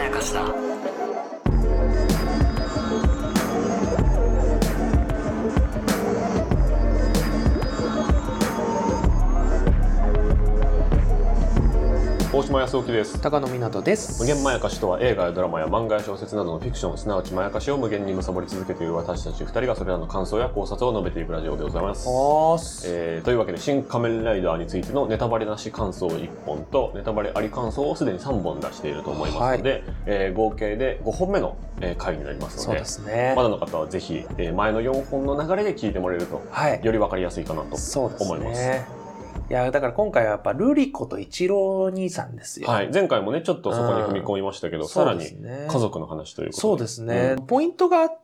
やかしだ。 大島康之です。 高野湊です。 無限まやかしとは映画やドラマや漫画や小説などのフィクション、すなわちまやかしを無限に貪り続けている私たち2人がそれらの感想や考察を述べていくラジオでございます。というわけで新仮面ライダーについてのネタバレなし感想1本とネタバレあり感想をすでに3本出していると思いますので、合計で5本目の回になりますので、 そうですね、 まだの方はぜひ前の4本の流れで聞いてもらえると、より分かりやすいかなと思います。 いやだから今回はやっぱルリ子と一郎兄さんですよ。 はい。前回もねちょっとそこに踏み込みましたけど、さらに家族の話ということで。 そうですね。ポイントがあって、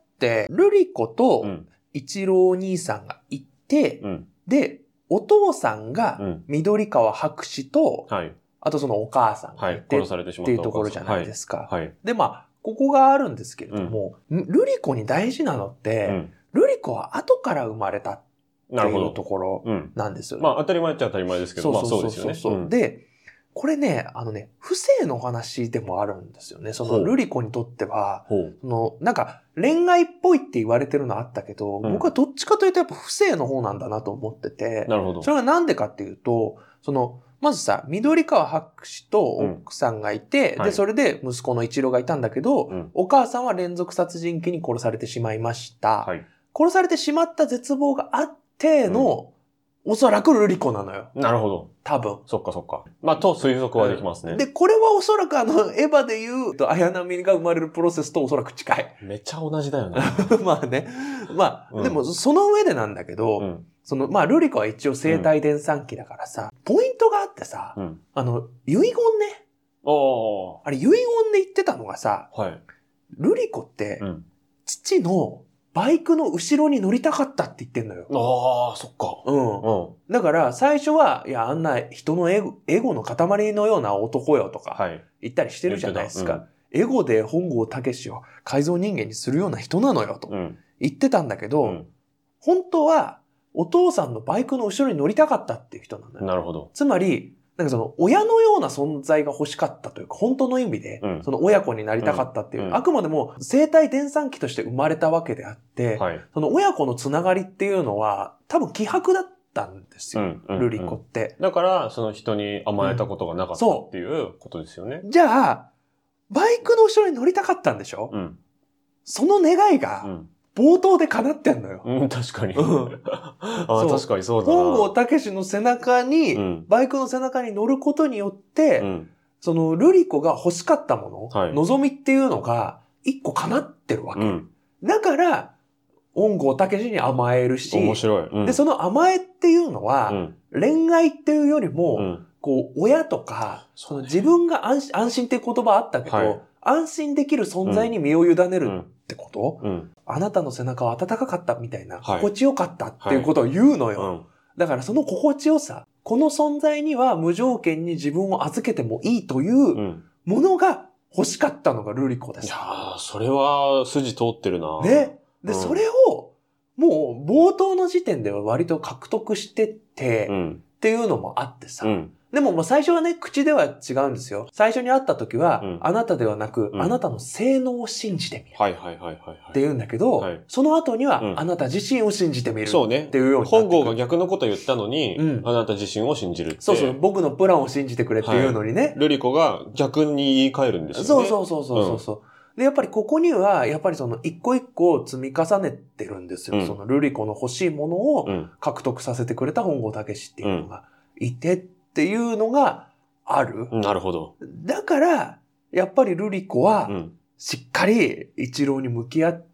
ルリ子と一郎兄さんがいて、でお父さんが緑川博士と、あとそのお母さんがいて、 殺されてしまったっていうところじゃないですか。でここがあるんですけれども、ルリ子に大事なのって、ルリ子は後から生まれたっていうところなんですよね。 まあ当たり前っちゃ当たり前ですけど、まあそうですよね。 で、これね、不正の話でもあるんですよね。そのルリ子にとっては、なんか恋愛っぽいって言われてるのあったけど、僕はどっちかというとやっぱ不正の方なんだなと思ってて、 なるほど。 それはなんでかっていうと、まずさ、緑川博士と奥さんがいて、で、それで息子の一郎がいたんだけど、お母さんは連続殺人鬼に殺されてしまいました。殺されてしまった絶望があっての、おそらくルリ子なのよ。 なるほど。 多分。 そっかそっか。まあ、と推測はできますね。 で、これはおそらくエヴァで言うと、綾波が生まれるプロセスとおそらく近い。 めっちゃ同じだよね。 まあね。まあ、でもその上でなんだけど、まあ、ルリ子は一応生体伝産期だからさ、ポイントがあってさ、遺言ね。あれ遺言で言ってたのがさ、ルリ子って、父のバイクの後ろに乗りたかったって言ってんのよ。 ああ、そっか。 だから最初は、いや、あんな人のエゴの塊のような男よとか言ったりしてるじゃないですか。エゴで本郷武を改造人間にするような人なのよと言ってたんだけど、本当はお父さんのバイクの後ろに乗りたかったっていう人なのよ。 なるほど。 つまり、なんかその親のような存在が欲しかったというか、本当の意味で、その親子になりたかったっていう、あくまでも生体伝産期として生まれたわけであって、その親子のつながりっていうのは多分希薄だったんですよ、ルリ子って。 だから、その人に甘えたことがなかったっていうことですよね。 じゃあ、バイクの後ろに乗りたかったんでしょ？その願いが、冒頭で叶ってんのよ。 確かに。確かにそうだな。 本郷武の背中に、バイクの背中に乗ることによって、そのルリ子が欲しかったもの、望みっていうのが一個叶ってるわけ。だから、本郷武に甘えるし、 面白い。 で、その甘えっていうのは、恋愛っていうよりも、こう、親とか、その自分が安心っていう言葉あったけど、安心できる存在に身を委ねるってこと、あなたの背中は暖かかったみたいな、心地よかったっていうことを言うのよ。だからその心地よさ、この存在には無条件に自分を預けてもいいというものが欲しかったのがルリ子です。 いやー、それは筋通ってるな。 ね。で、それを、もう冒頭の時点では割と獲得してて、っていうのもあってさ、でももう最初はね、口では違うんですよ。最初に会った時は、あなたではなく、あなたの性能を信じてみる。って言うんだけど、その後には、あなた自身を信じてみる。 そうね。 っていうように。 本郷が逆のこと言ったのに、あなた自身を信じるって。 そうそう、僕のプランを信じてくれっていうのにね。 ルリ子が逆に言い換えるんですよね。 そうで、やっぱりここには、やっぱりその一個一個積み重ねてるんですよ。そのルリ子の欲しいものを獲得させてくれた本郷武っていうのがいてっていうのがある。 なるほど。 だから、やっぱりルリ子は、しっかり一郎に向き合って、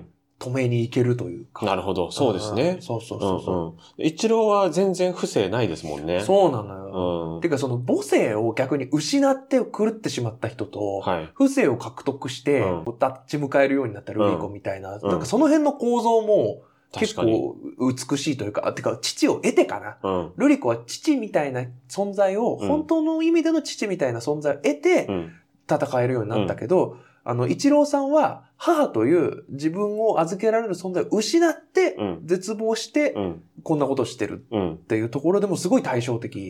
止めに行けるというか。 なるほど。そうですね。一郎は全然不正ないですもんね。 そうなのよ。てかその母性を逆に失って狂ってしまった人と、不正を獲得して、立ち向かえるようになったルリ子みたいな、なんかその辺の構造も、結構美しいというか、てか父を得てかな。ルリ子は父みたいな存在を、本当の意味での父みたいな存在を得て、戦えるようになったけど、一郎さんは母という自分を預けられる存在を失って、絶望して、こんなことをしてるっていうところでもすごい対照的。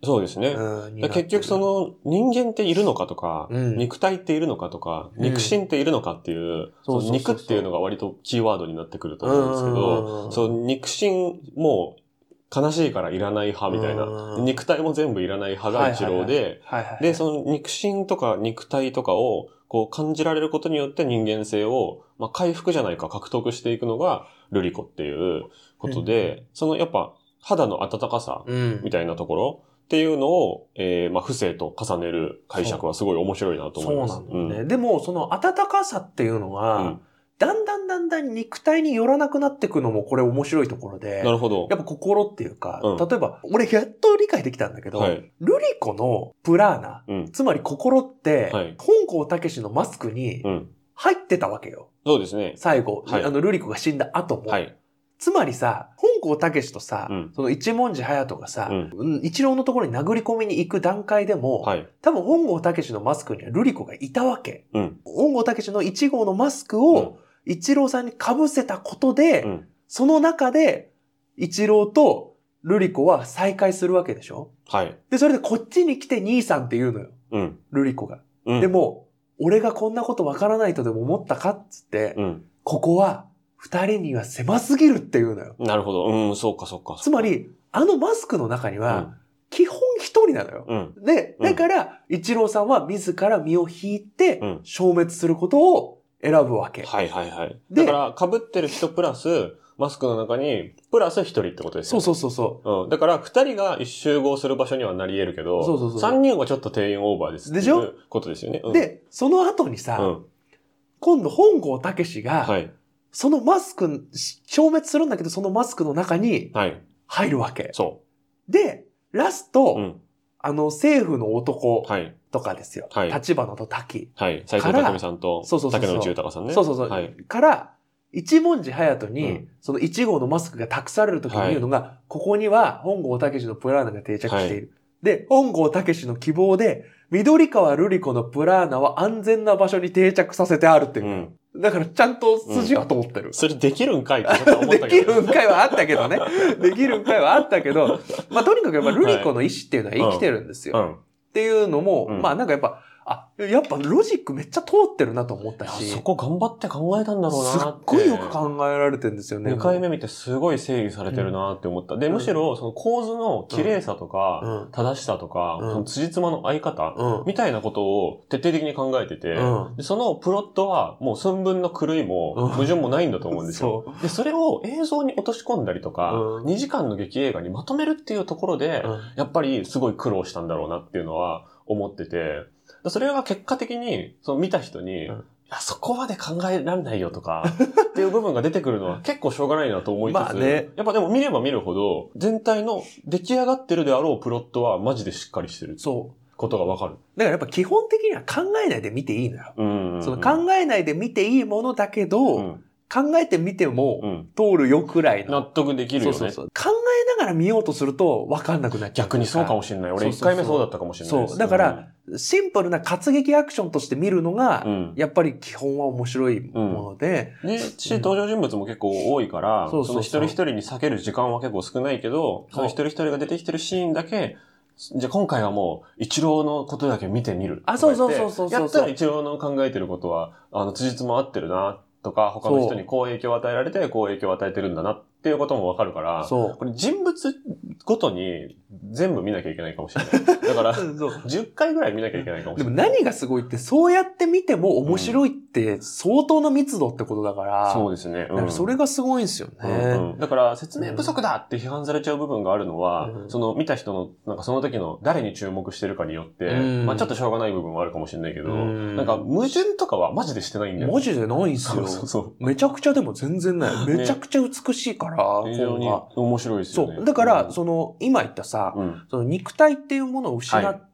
そうですね。結局その人間っているのかとか、肉体っているのかとか、肉親っているのかっていう、その肉っていうのが割とキーワードになってくると思うんですけど、その肉親も悲しいからいらない派みたいな、肉体も全部いらない派が一郎で、で、その肉親とか肉体とかをこう感じられることによって人間性を、まあ、回復じゃないか獲得していくのがルリコっていうことで、そのやっぱ肌の温かさみたいなところっていうのを、まあ、不正と重ねる解釈はすごい面白いなと思います。 そうなんだね。でも、その温かさっていうのは、だんだん肉体に寄らなくなっていくのもこれ面白いところで。 なるほど。 やっぱ心っていうか、例えば、俺やっと理解できたんだけど、ルリコのプラーナ、つまり心って、本郷武のマスクに入ってたわけよ。 そうですね。 最後、ルリコが死んだ後も。つまりさ、本郷武とさ、その一文字隼人がさ、一郎のところに殴り込みに行く段階でも、多分本郷武のマスクにはルリコがいたわけ。本郷武の1号のマスクを一郎さんに被せたことで、その中で一郎とルリコは再会するわけでしょ。で、それでこっちに来て兄さんって言うのよ。ルリコが。でも、俺がこんなことわからないとでも思ったかっつって、ここは、二人には狭すぎるっていうのよ。 なるほど。そうかそうか。 つまり、あのマスクの中には、基本一人なのよ。で、だから、一郎さんは自ら身を引いて、消滅することを選ぶわけ。 だから、被ってる人プラス、マスクの中に、プラス一人ってことですよね。 そう。 だから、二人が一集合する場所にはなり得るけど、三人はちょっと定員オーバーですっていうことですよね。 で、その後にさ、今度本郷武が、そのマスク、消滅するんだけど、そのマスクの中に入るわけ。で、ラスト、政府の男とかですよ。立花と滝。 斎藤匠さんと竹野内豊さんね。 から、一文字隼人に、その1号のマスクが託されるときに言うのが、ここには本郷武のプラーナが定着している。で、本郷武の希望で、緑川瑠璃子のプラーナは安全な場所に定着させてあるっていう。だからちゃんと筋は通ってる。 それできるんかいってちょっと思ったけど。 できるんかいはあったけどね。できるんかいはあったけど、まあとにかくやっぱ瑠璃子の意志っていうのは生きてるんですよ。っていうのも、まあなんかやっぱロジックめっちゃ通ってるなと思ったし。 そこ頑張って考えたんだろうなって。 すっごいよく考えられてるんですよね。 2回目見てすごい整理されてるなって思った。で、むしろその構図の綺麗さとか、正しさとか、その辻褄の合い方、みたいなことを徹底的に考えてて、でそのプロットはもう寸分の狂いも矛盾もないんだと思うんですよ。で、それを映像に落とし込んだりとか、2時間の劇映画にまとめるっていうところで、やっぱりすごい苦労したんだろうなっていうのは思ってて、それが結果的に、その見た人に、いや、そこまで考えられないよとか、っていう部分が出てくるのは結構しょうがないなと思いつつ、まあね、やっぱでも見れば見るほど、全体の出来上がってるであろうプロットはマジでしっかりしてる。ことがわかる。 だからやっぱ基本的には考えないで見ていいのよ。その考えないで見ていいものだけど、考えてみても通るよくらいの。 納得できるよね。 考えながら見ようとすると分かんなくなっちゃう。 逆にそうかもしれない。俺1回目そうだったかもしれないです。 だから、シンプルな活劇アクションとして見るのが、やっぱり基本は面白いもので。 登場人物も結構多いから、その一人一人に避ける時間は結構少ないけど、その一人一人が出てきてるシーンだけ、じゃあ今回はもう、一郎のことだけ見てみる。 そう。 やったら一郎の考えてることは、辻褄合ってるな、とか、他の人にこう影響を与えられて、こう影響を与えてるんだなっていうこともわかるから、これ人物ごとに全部見なきゃいけないかもしれない。だから、10回ぐらい見なきゃいけないかもしれない。 でも何がすごいって、そうやって見ても面白いって相当な密度ってことだから、 そうですね。 それがすごいんですよね。 だから、説明不足だって批判されちゃう部分があるのは、その見た人の、なんかその時の誰に注目してるかによって、まあちょっとしょうがない部分はあるかもしれないけど、なんか矛盾とかはマジでしてないんだよ。 マジでないんすよ。めちゃくちゃでも全然ない。めちゃくちゃ美しいから、 非常に面白いですよね。 だから、今言ったさ、その肉体っていうものを失って、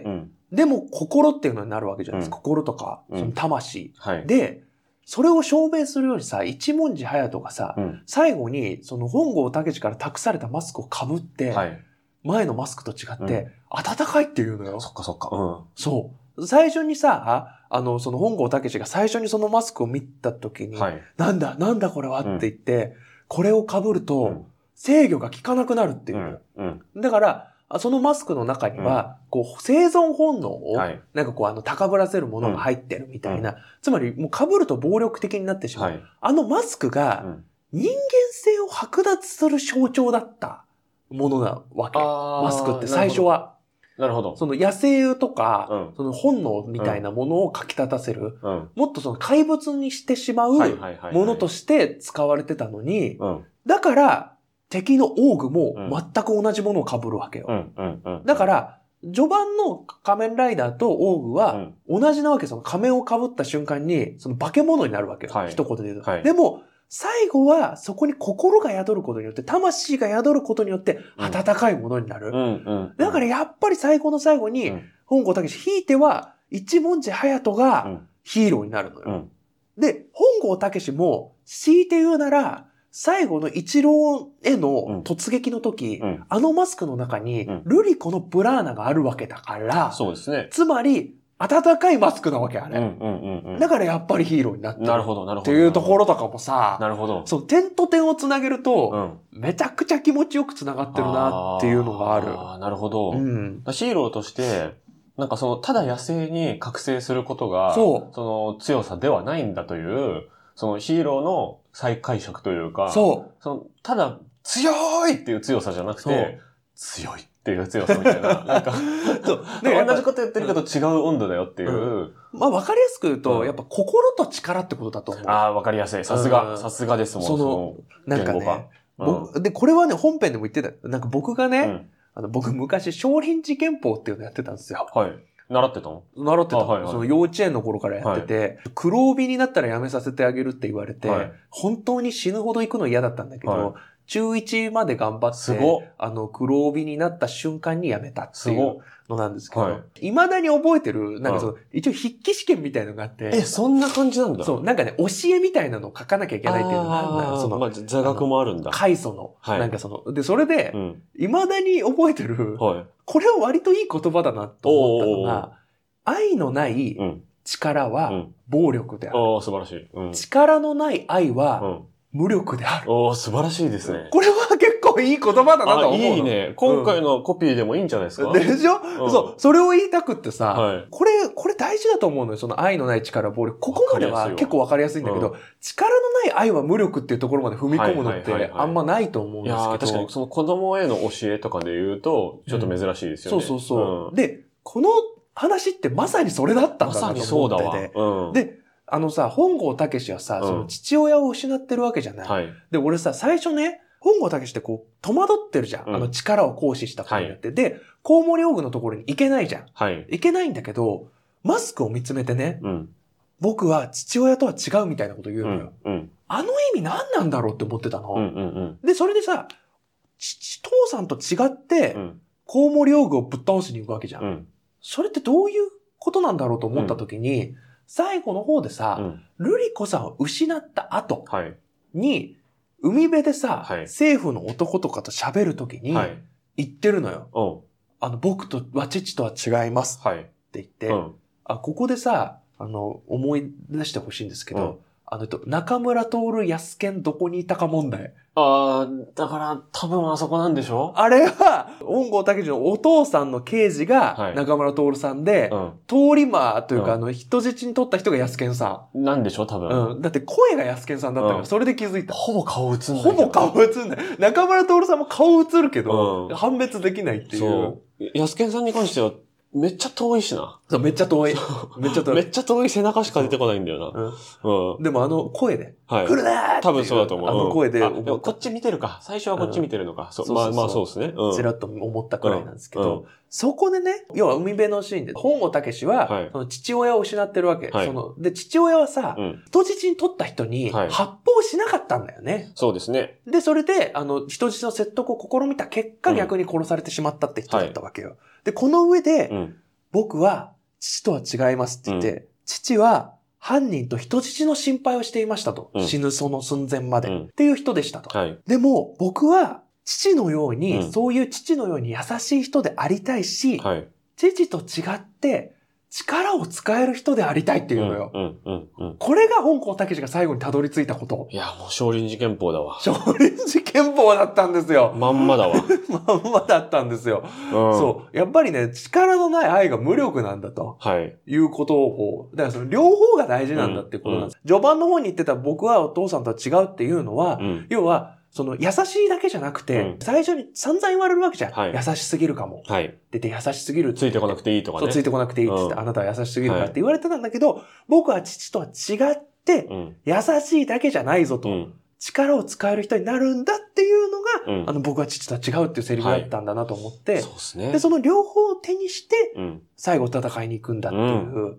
でも心っていうのになるわけじゃないですか。心とか、その魂。で、それを証明するようにさ、一文字隼人がさ、最後に、その本郷武から託されたマスクを被って、前のマスクと違って、暖かいって言うのよ。 そっか。 そう。最初にさ、その本郷武が最初にそのマスクを見たときに、なんだこれはって言って、これを被ると、制御が効かなくなるっていう。だから、 そのマスクの中には、こう、生存本能を、なんかこう、高ぶらせるものが入ってるみたいな。つまり、もう被ると暴力的になってしまう。マスクが、人間性を剥奪する象徴だったものなわけ。マスクって最初は。 なるほど。 その野生とか、その本能みたいなものをかき立たせる。もっとその怪物にしてしまうものとして使われてたのに、だから、敵のオーグも全く同じものを被るわけよ。だから、序盤の仮面ライダーとオーグは同じなわけ。その仮面を被った瞬間に、その化け物になるわけよ。一言で言うと。でも、最後はそこに心が宿ることによって、魂が宿ることによって温かいものになる。だからやっぱり最後の最後に、本郷武史、ひいては一文字隼人がヒーローになるのよ。で、本郷武史も強いて言うなら、最後の一郎への突撃の時、あのマスクの中にルリコのブラーナがあるわけだから、 そうですね。 つまり、温かいマスクなわけあれ。だからやっぱりヒーローになってる。 なるほど、なるほど。 っていうところとかもさ、 なるほど。 そう、点と点をつなげると、めちゃくちゃ気持ちよくつながってるなっていうのがある。 なるほど。ヒーローとして、なんかその、ただ野生に覚醒することが、その強さではないんだという、そのヒーローの再解釈というか、そのただ強いっていう強さじゃなくて、強いっていう強さみたいな。なんか、同じこと言ってるけど違う温度だよっていう。 まあ分かりやすく言うと、やっぱ心と力ってことだと思う。 ああ、分かりやすい。さすがですもん。 その、なんかね、で、これはね、本編でも言ってた。なんか僕がね、僕昔、少林寺拳法っていうのやってたんですよ。 はい。習ってたの？ 習ってた。その幼稚園の頃からやってて、黒帯になったらやめさせてあげるって言われて、本当に死ぬほど行くの嫌だったんだけど、中1まで頑張って、黒帯になった瞬間にやめたっていうのなんですけど、未だに覚えてる、なんかその、一応筆記試験みたいなのがあって、 そんな感じなんだ。 そう、なんかね、教えみたいなのを書かなきゃいけないっていうのがあるんだ。その、 まあ、座学もあるんだ。 開祖の。なんかその、で、それで、未だに覚えてる、これは割といい言葉だなと思ったのが、愛のない力は暴力である。 素晴らしい。 力のない愛は無力である。 素晴らしいですね。 これは結構いい言葉だなと思う。 いいね。今回のコピーでもいいんじゃないですか？ でしょ？そう、それを言いたくってさ、これ大事だと思うのよ。その愛のない力は暴力。ここまでは結構わかりやすいんだけど、力のない愛は無力っていうところまで踏み込むのってあんまないと思うんですけど。いや、 確かにその子供への教えとかで言うと、ちょっと珍しいですよね。 そう。で、この話ってまさにそれだったんだなと思ってて。まさにそうだわ。で、本郷武史はさ、その父親を失ってるわけじゃない。で、俺さ、最初ね、本郷武史ってこう、戸惑ってるじゃん。力を行使したことによって。で、コウモリオーグのところに行けないじゃん。行けないんだけど、マスクを見つめてね、僕は父親とは違うみたいなこと言うのよ。あの意味何なんだろうって思ってたの。で、それでさ、父さんと違って、コウモリオーグをぶっ倒しに行くわけじゃん。それってどういうことなんだろうと思った時に、最後の方でさ、ルリコさんを失った後に、海辺でさ、政府の男とかと喋る時に、言ってるのよ。僕とは父とは違いますって言って、ここでさ、思い出してほしいんですけど、中村徹安健どこにいたか問題。 だから多分あそこなんでしょ？ あれは、本郷武史のお父さんの刑事が中村徹さんで、通り魔というか人質に取った人が安健さん。なんでしょ多分。 だって声が安健さんだったから、それで気づいた。 ほぼ顔映んない。 ほぼ顔映んない。中村徹さんも顔映るけど、判別できないっていう。 そう。安健さんに関しては、めっちゃ遠いしな。 そう、めっちゃ遠い。 めっちゃ遠い背中しか出てこないんだよな。 でも声で、来るねーって多分そうだと思う。 声で。 こっち見てるか。最初はこっち見てるのか。まあそうですね。 ちらっと思ったくらいなんですけど、そこでね、要は海辺のシーンで、本郷武史は、その父親を失ってるわけ。で、父親はさ、人質に取った人に発砲しなかったんだよね。 そうですね。 で、それで、人質の説得を試みた結果、逆に殺されてしまったって人だったわけよ。で、この上で、僕は父とは違いますって言って、父は犯人と人質の心配をしていましたと。死ぬその寸前まで。っていう人でしたと。でも、僕は父のように、そういう父のように優しい人でありたいし、父と違って力を使える人でありたいっていうのよ。これが本郷武が最後にたどり着いたこと。 いや、もう少林寺拳法だわ。 少林寺拳法だったんですよ。 まんまだわ。 まんまだったんですよ。そう。やっぱりね、力のない愛が無力なんだと。はい。いうことを、だからその両方が大事なんだっていうことなんです。序盤の方に言ってた僕はお父さんとは違うっていうのは、要は、その優しいだけじゃなくて、最初に散々言われるわけじゃん。はい、優しすぎるかも。はい。で優しすぎるって。 ついてこなくていいとかね。 そう、ついてこなくていいって言って、あなたは優しすぎるからって言われてたんだけど、僕は父とは違って、優しいだけじゃないぞと。力を使える人になるんだっていうのが、僕は父とは違うっていうセリフだったんだなと思って、そうですね。で、その両方を手にして、最後戦いに行くんだっていう。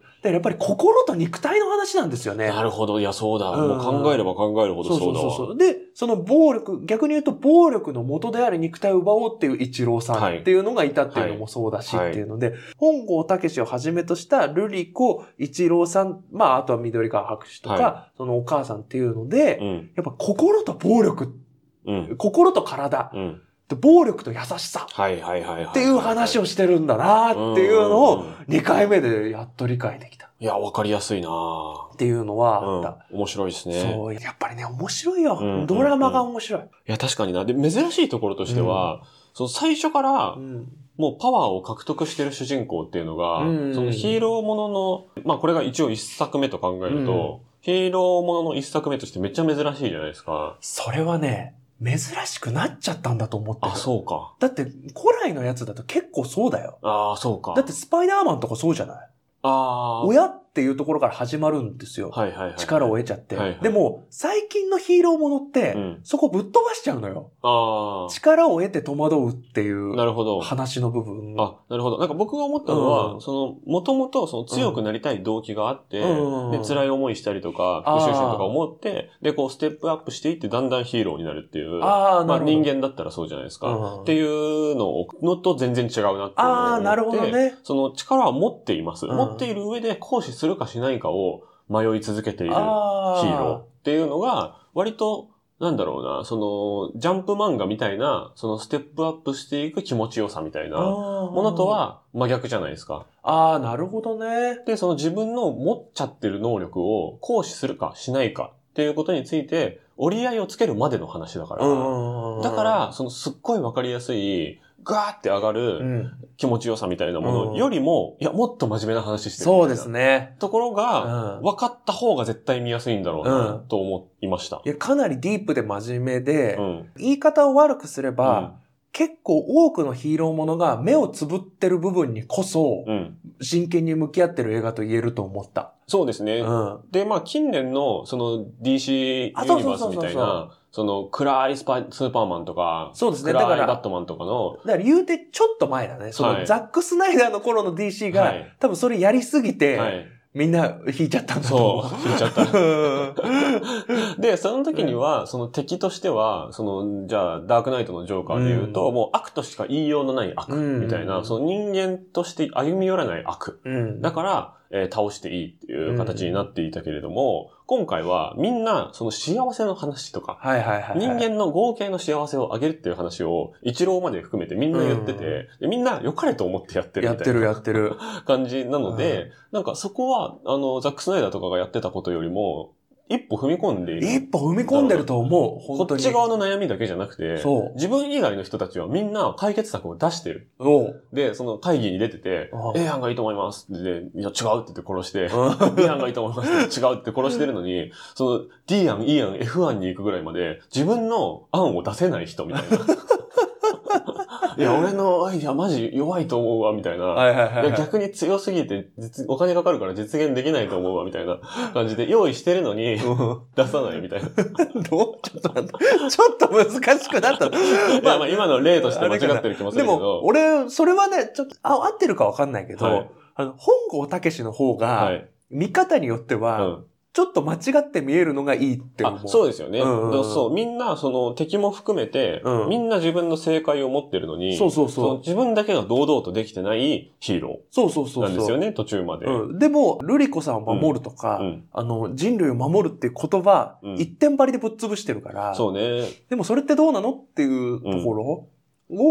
で、やっぱり心と肉体の話なんですよね。 なるほど。いや、そうだ。もう考えれば考えるほどそうだわ。 そう。で、その暴力、逆に言うと暴力の元である肉体を奪おうっていう一郎さんっていうのがいたっていうのもそうだしっていうので、本郷武をはじめとした瑠璃子、一郎さん、あとは緑川博士とか、そのお母さんっていうので、やっぱ心と暴力、心と体、暴力と優しさっていう話をしてるんだなっていうのを2回目でやっと理解できた。 いや、わかりやすいなっていうのはあった。 面白いですね。 そう、やっぱりね、面白いよ。ドラマが面白い。いや、確かにな。で、珍しいところとしては、その最初から、もうパワーを獲得してる主人公っていうのが、そのヒーローものの、これが一応一作目と考えると、ヒーローものの一作目としてめっちゃ珍しいじゃないですか。 それはね、珍しくなっちゃったんだと思ってる。 あ、そうか。 だって、古来のやつだと結構そうだよ。 ああ、そうか。 だってスパイダーマンとかそうじゃない？ああ。親っていうところから始まるんですよ。力を得ちゃって。でも、最近のヒーローものって、そこぶっ飛ばしちゃうのよ。力を得て戸惑うっていう。なるほど。話の部分。 あ、なるほど。なんか僕が思ったのは、もともと強くなりたい動機があって、で、辛い思いしたりとか、復讐心とか思って、で、ステップアップしていってだんだんヒーローになるっていう。人間だったらそうじゃないですか。っていうのと全然違うなって思って。 なるほどね。 その力は持っています。持っている上で行使するかしないかを迷い続けているヒーローっていうのが、割と、なんだろうな、ジャンプ漫画みたいな、ステップアップしていく気持ちよさみたいなものとは真逆じゃないですか。 なるほどね。 で、自分の持っちゃってる能力を行使するかしないかっていうことについて、折り合いをつけるまでの話だから。だから、すっごいわかりやすい、ガーって上がる気持ちよさみたいなものよりも、いや、もっと真面目な話してる。 そうですね。 ところが、分かった方が絶対見やすいんだろうな、と思いました。 いや、かなりディープで真面目で、言い方を悪くすれば、結構多くのヒーローものが目をつぶってる部分にこそ、真剣に向き合ってる映画と言えると思った。 そうですね。で、近年のDC ユニバースみたいな、暗いスーパーマンとか、そうですね。暗いバットマンとかの。 だから言うてちょっと前だね。ザック・スナイダーの頃の DC が、多分それやりすぎて、みんな引いちゃったんだと思う。 そう、引いちゃった。で、その時には、敵としては、じゃあ、ダークナイトのジョーカーで言うと、もう悪としか言いようのない悪、みたいな、人間として歩み寄らない悪。だから、倒していいっていう形になっていたけれども、今回はみんな幸せの話とか、人間の合計の幸せを上げるっていう話を一郎まで含めてみんな言ってて、でみんな良かれと思ってやってるみたいな。 やってる。 感じなので、なんかそこは、ザック・スナイダーとかがやってたことよりも、一歩踏み込んでいる。 一歩踏み込んでると思う。 本当に。こっち側の悩みだけじゃなくて、自分以外の人たちはみんな解決策を出してる。で、会議に出てて、A 案がいいと思いますって、いや違うって言って殺して、B 案がいいと思いますって違うって殺してるのに、D 案、E 案、F 案に行くぐらいまで自分の案を出せない人みたいな。いや、俺のアイディアマジ弱いと思うわ、みたいな。逆に強すぎて、お金かかるから実現できないと思うわ、みたいな感じで用意してるのに、出さないみたいな。 ちょっと待って。ちょっと難しくなった。 今の例として間違ってる気もするけど。 でも、俺、それはね、ちょっと、合ってるかわかんないけど、本郷武の方が、見方によっては、ちょっと間違って見えるのがいいって思う。 そうですよね。そう、みんな、敵も含めて、みんな自分の正解を持ってるのに、自分だけが堂々とできてないヒーロー。なんですよね、途中まで。 でも、瑠璃子さんを守るとか、人類を守るっていう言葉、一点張りでぶっ潰してるから、そうね。でもそれってどうなのっていうところを、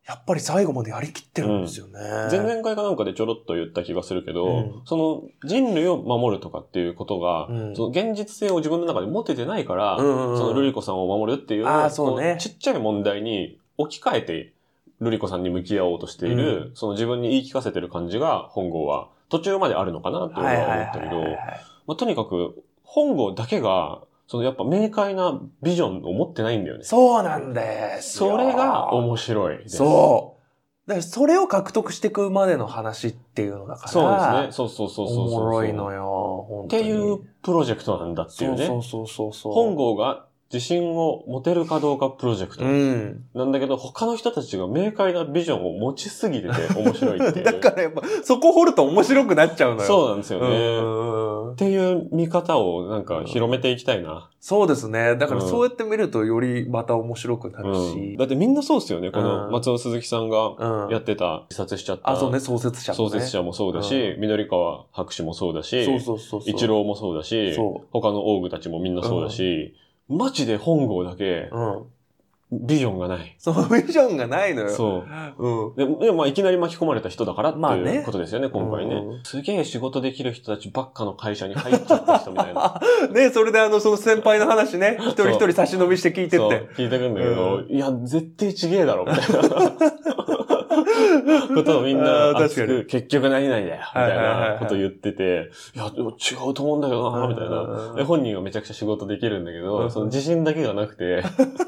やっぱり最後までやりきってるんですよね。 前々回かなんかでちょろっと言った気がするけど、その人類を守るとかっていうことが、その現実性を自分の中で持ててないから、そのルリ子さんを守るっていうのを、ちっちゃい問題に置き換えて、ルリ子さんに向き合おうとしている、その自分に言い聞かせてる感じが、本郷は途中まであるのかなって俺は思ったけど、とにかく、本郷だけが、そのやっぱ明快なビジョンを持ってないんだよね。 そうなんですよ。 それが面白いです。 そう。だからそれを獲得していくまでの話っていうのだから。 そうですね。そう。 おもろいのよ。本当に。 っていうプロジェクトなんだっていうね。 そう。 本郷が自信を持てるかどうかプロジェクト。なんだけど、他の人たちが明快なビジョンを持ちすぎてて面白いっていう。 だからやっぱ、そこ掘ると面白くなっちゃうのよ。 そうなんですよね。っていう見方をなんか広めていきたいな。 そうですね。だからそうやって見るとよりまた面白くなるし。 だってみんなそうですよね。この松尾鈴木さんがやってた、自殺しちゃった。 そうね、創設者もね。 創設者もそうだし、緑川博士もそうだし、 そう。 一郎もそうだし、他のオーグたちもみんなそうだし、マジで本郷だけ、ビジョンがない。 そう、ビジョンがないのよ。 そう。でもいきなり巻き込まれた人だからっていうことですよね、今回ね。すげえ仕事できる人たちばっかの会社に入っちゃった人みたいな。 ね、それでその先輩の話ね、一人一人差し伸びして聞いてって。そう、 聞いてくんだけど、いや、絶対ちげえだろ、みたいな。ことをみんな熱く、結局何々だよ、みたいなことを言ってて、いや、でも違うと思うんだけどな、みたいな。本人はめちゃくちゃ仕事できるんだけど、その自信だけがなくて、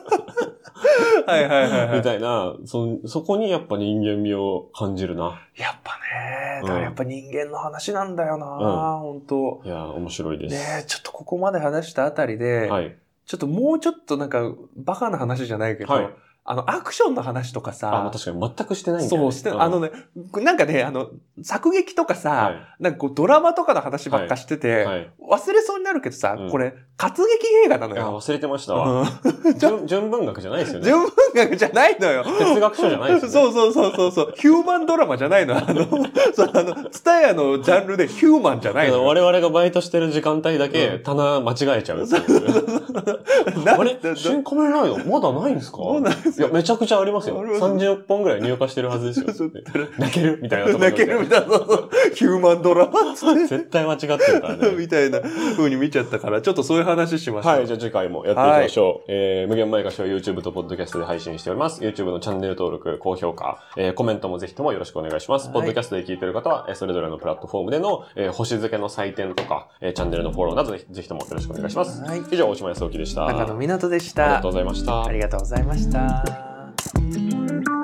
みたいな、そこにやっぱ人間味を感じるな。 やっぱね、だからやっぱ人間の話なんだよな、本当。 いや、面白いです。 ね、ちょっとここまで話したあたりで、ちょっともうちょっとなんか、バカな話じゃないけど、アクションの話とかさ。 確かに全くしてないんだよね。 そう、なんかね、作劇とかさ、なんかこうドラマとかの話ばっかしてて、忘れそうになるけどさ、これ、活劇映画なのよ。 忘れてましたわ。純文学じゃないですよね。 純文学じゃないのよ。 哲学書じゃないですよね。そう。ヒューマンドラマじゃないの。ツタヤのジャンルでヒューマンじゃないの。 我々がバイトしてる時間帯だけ、棚間違えちゃうっていう。あれ新仮面ライダーまだないんですか？いや、めちゃくちゃありますよ。30本ぐらい入荷してるはずですよ。泣けるみたいな。 泣けるみたいな。ヒューマンドラマ絶対間違ってるからね。 みたいな風に見ちゃったから、ちょっとそういう話しましょう。 はい、じゃあ次回もやっていきましょう。無限前歌詞は YouTube と Podcast で配信しております。YouTube のチャンネル登録、高評価、コメントもぜひともよろしくお願いします。Podcast で聞いてる方は、それぞれのプラットフォームでの、星付けの採点とか、チャンネルのフォローなどぜひともよろしくお願いします。以上、大島康之でした。 中野湊でした。 ありがとうございました。 ありがとうございました。